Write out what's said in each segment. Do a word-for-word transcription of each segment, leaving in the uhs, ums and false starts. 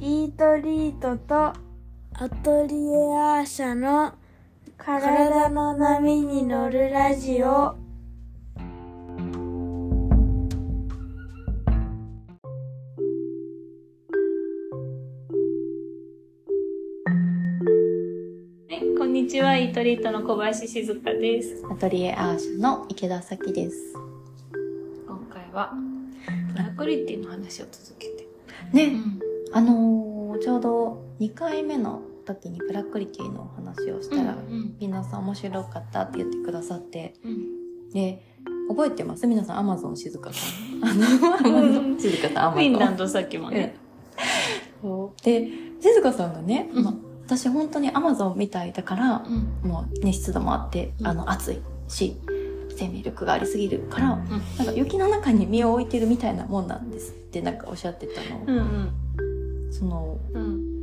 イートリートとアトリエアーシャの体の波に乗るラジオ。 こんにちは、イートリートの小林静香です。 アトリエアーシャの池田咲です。 今回はプラクリティの話を続けてね、うん、あのー、ちょうどにかいめの時にプラクリティのお話をしたら、うんうん、皆さん面白かったって言ってくださって、うん、で覚えてます皆さん。アマゾン静香さんあのアマゾン静香さんアマゾンフィンランドさっきもねで静香さんがね、うん、ま私本当にアマゾンみたいだから、うん、もうね湿度もあって、うん、あの暑いし生命力がありすぎるから、うん、なんか雪の中に身を置いてるみたいなもんなんですってなんかおっしゃってたの、うんうん、その、うん、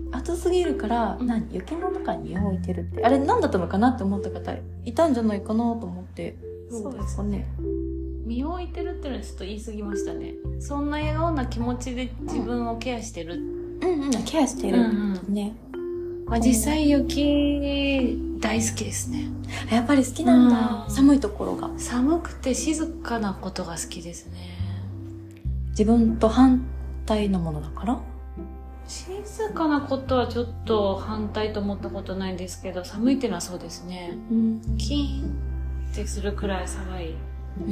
暑すぎるから、うん、何雪の中に身を置いてるってあれ何だったのかなって思った方いたんじゃないかなと思って。 そうですかね。身を置いてるっていうのはちょっと言い過ぎましたね。そんなような気持ちで自分をケアしてる、 うん、うんうんケアしてるってね、 うんうん、まあ、実際雪大好きですね。 やっぱり好きなんだ、うん、寒いところが寒くて静かなことが好きですね。 自分と反対のものだから。 静かなことはちょっと反対と思ったことないんですけど、寒いっていうのはそうですね、うん、キーンってするくらい寒い、うん、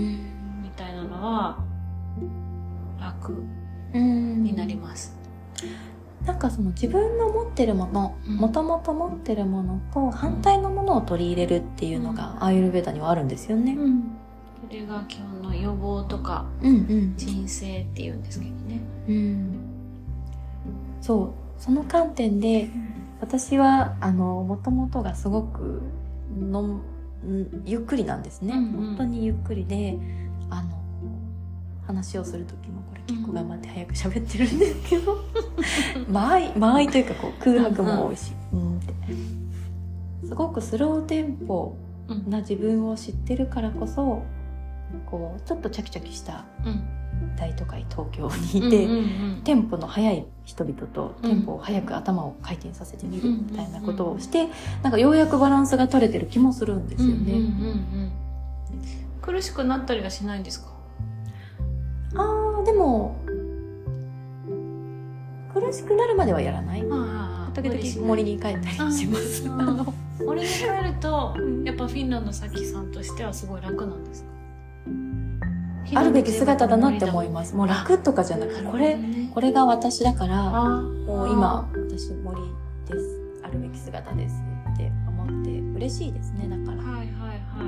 みたいなのは楽になります、 うん、なんかその自分の持ってるもの、もともと持ってるものと反対のものを取り入れるっていうのがアーユルヴェダにはあるんですよね、うん、 それが基本の予防とか、うんうん、鎮静っていうんですけどね、うん、 そうその観点で私はあの元々がすごくのゆっくりなんですね、うんうん、本当にゆっくりであの話をする時もこれ結構頑張って早く喋ってるんですけど間合い間合いというかこう空白も多いし、うんうん、ってすごくスローテンポな自分を知ってるからこそこうちょっとチャキチャキした大都会東京にいて、うんうんうん、テンポの速い人々とテンポを速く頭を回転させてみるみたいなことをして、なんかようやくバランスが取れてる気もするんですよね、うんうんうんうん、 苦しくなったりはしないんですか？ あーでも苦しくなるまではやらない。時々森に帰ったりします森に帰るとやっぱフィンランドさきさんとしてはすごい楽なんですか？ あるべき姿だなって思います。もう楽とかじゃなくて、これ、これが私だから、もう今、私森です。あるべき姿ですって思って嬉しいですね、だから。はいはいはい。うん、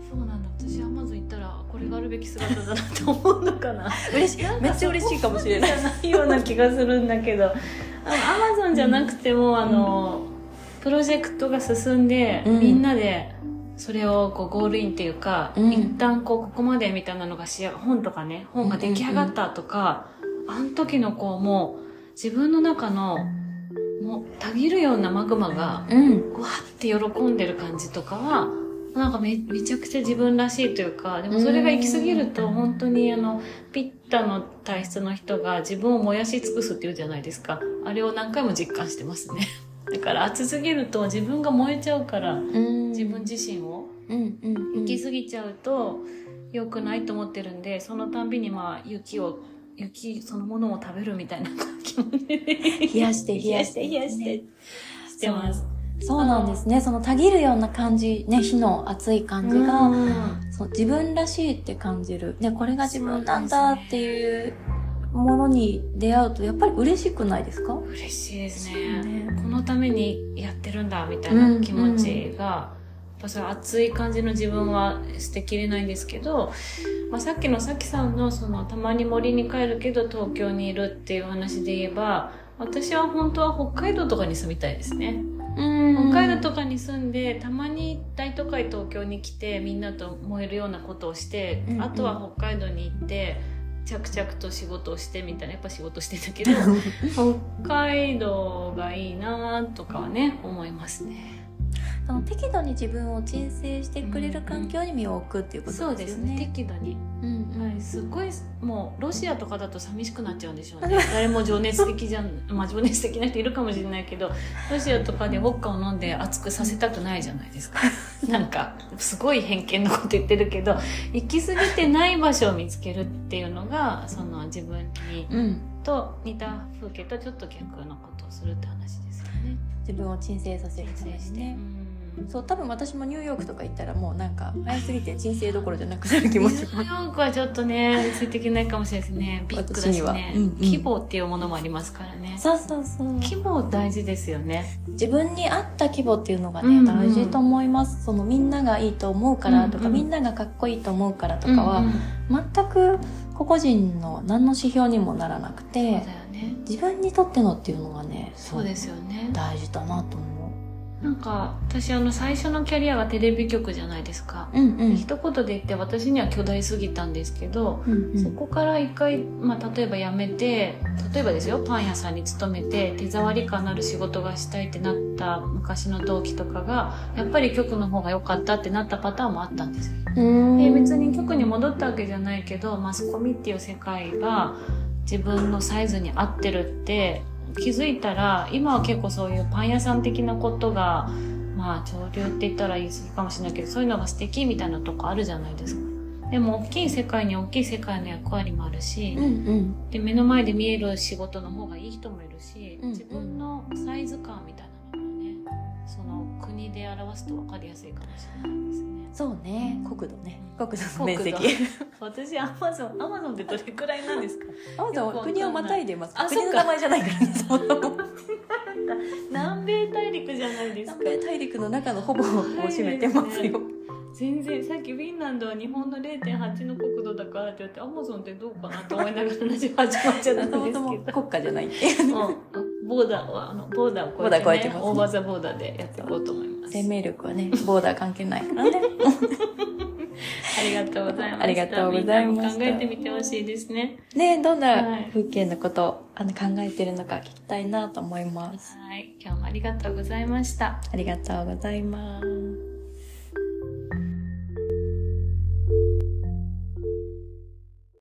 そうなんだ。私アマゾン行ったら、これがあるべき姿だなって思うのかな。 嬉しい。めっちゃ嬉しいかもしれない。 じゃないような気がするんだけど、アマゾンじゃなくても、うん、あの、プロジェクトが進んで、うん、みんなで、それをこうゴールインっていうか、うん、一旦こうここまでみたいなのがしや本とかね本が出来上がったとか、うんうんうん、あの時のこうもう自分の中のもうたぎるようなマグマが、うん、わって喜んでる感じとかはなんか め, めちゃくちゃ自分らしいというか、でもそれが行き過ぎると本当にあのピッタの体質の人が自分を燃やし尽くすっていうじゃないですか。あれを何回も実感してますね。だから暑すぎると自分が燃えちゃうから、うん、自分自身を、うんうんうん、行き過ぎちゃうと良くないと思ってるんで、そのたんびにまあ雪を雪そのものを食べるみたいな気持ちで冷やして冷やして冷やしてしてます。 そう、そうなんですね。そのたぎるような感じね、火の熱い感じが、うん、そう自分らしいって感じる。ね、これが自分なんだっていうものに出会うとやっぱり嬉しくないですか？ 嬉しいですね。ね、このためにやってるんだみたいな気持ちが、うんうん、やっぱそれ熱い感じの自分は捨てきれないんですけど、まあ、さっきのさきさんのそのたまに森に帰るけど東京にいるっていう話で言えば、私は本当は北海道とかに住みたいですね。うん北海道とかに住んでたまに大都会東京に来てみんなと燃えるようなことをして、うんうん、あとは北海道に行って着々と仕事をしてみたいな、やっぱ仕事してたけど北海道がいいなとかはね思いますね。 その適度に自分を鎮静してくれる環境に身を置くっていうことですよね。 そうですね、適度に、うんうん、はい、 すごいもうロシアとかだと寂しくなっちゃうんでしょうね。誰も情熱的じゃんまあ情熱的な人いるかもしれないけど、ロシアとかでウォッカを飲んで熱くさせたくないじゃないですか。なんかすごい偏見のこと言ってるけど、行き過ぎてない場所を見つけるっていうのがその自分に、うん、と似た風景とちょっと逆のことをするって話ですよね。 自分を鎮静させるためにね。そう、多分私もニューヨークとか行ったらもうなんか早すぎて鎮静どころじゃなくなる気持ちニューヨークはちょっとねついていけないかもしれないですね。ビッグだしね、うんうん、規模っていうものもありますからね。 そうそうそう、 規模大事ですよね。 自分に合った規模っていうのがね、うんうん、大事と思います。そのみんながいいと思うからとか、うんうん、みんながかっこいいと思うからとかは、うんうん、全く個々人の何の指標にもならなくて、そうだよね、自分にとってのっていうのがね、 そうですよね、 大事だなと思う。 なんか私あの最初のキャリアがテレビ局じゃないですか、うんうん、一言で言って私には巨大すぎたんですけど、うんうん、そこから一回、まあ、例えば辞めて、例えばですよ、パン屋さんに勤めて手触り感のある仕事がしたいってなった昔の同期とかがやっぱり局の方が良かったってなったパターンもあったんですよ。で別に局に戻ったわけじゃないけど、マスコミっていう世界が自分のサイズに合ってるって気づいたら、今は結構そういうパン屋さん的なことがまあ潮流って言ったら言い過ぎかもしれないけど、そういうのが素敵みたいなとこあるじゃないですか。でも大きい世界には大きい世界の役割もあるし、うんうん、で目の前で見える仕事の方がいい人もいるし、うんうん、自分のサイズ感みたいなのがね、その国で表すと分かりやすいかもしれないですね。 そうね、国土ね、国土の面積。 私アマゾンアマゾンってどれくらいなんですか？ アマゾンは国をまたいでます。国の名前じゃないからね。 南米大陸じゃないですか。 南米大陸の中のほぼを占めてますよ。 全然さっきフィンランドは日本の れいてんはち の国土だからって言って、アマゾンってどうかなと思いながら話始まっちゃったんですけど、 国家じゃないっていう、 うん、ボーダーはあのボーダーを超えて、ね、超えてますね、オーバーザボーダーでやっていこうと思います。 生命力はねボーダー関係ないからね。 ありがとうございました。 ありがとうございました。 みんなも考えてみてほしいですね。 ね、どんな風景のことをあの考えてるのか聞きたいなと思います。 はい、今日もありがとうございました。 ありがとうございます。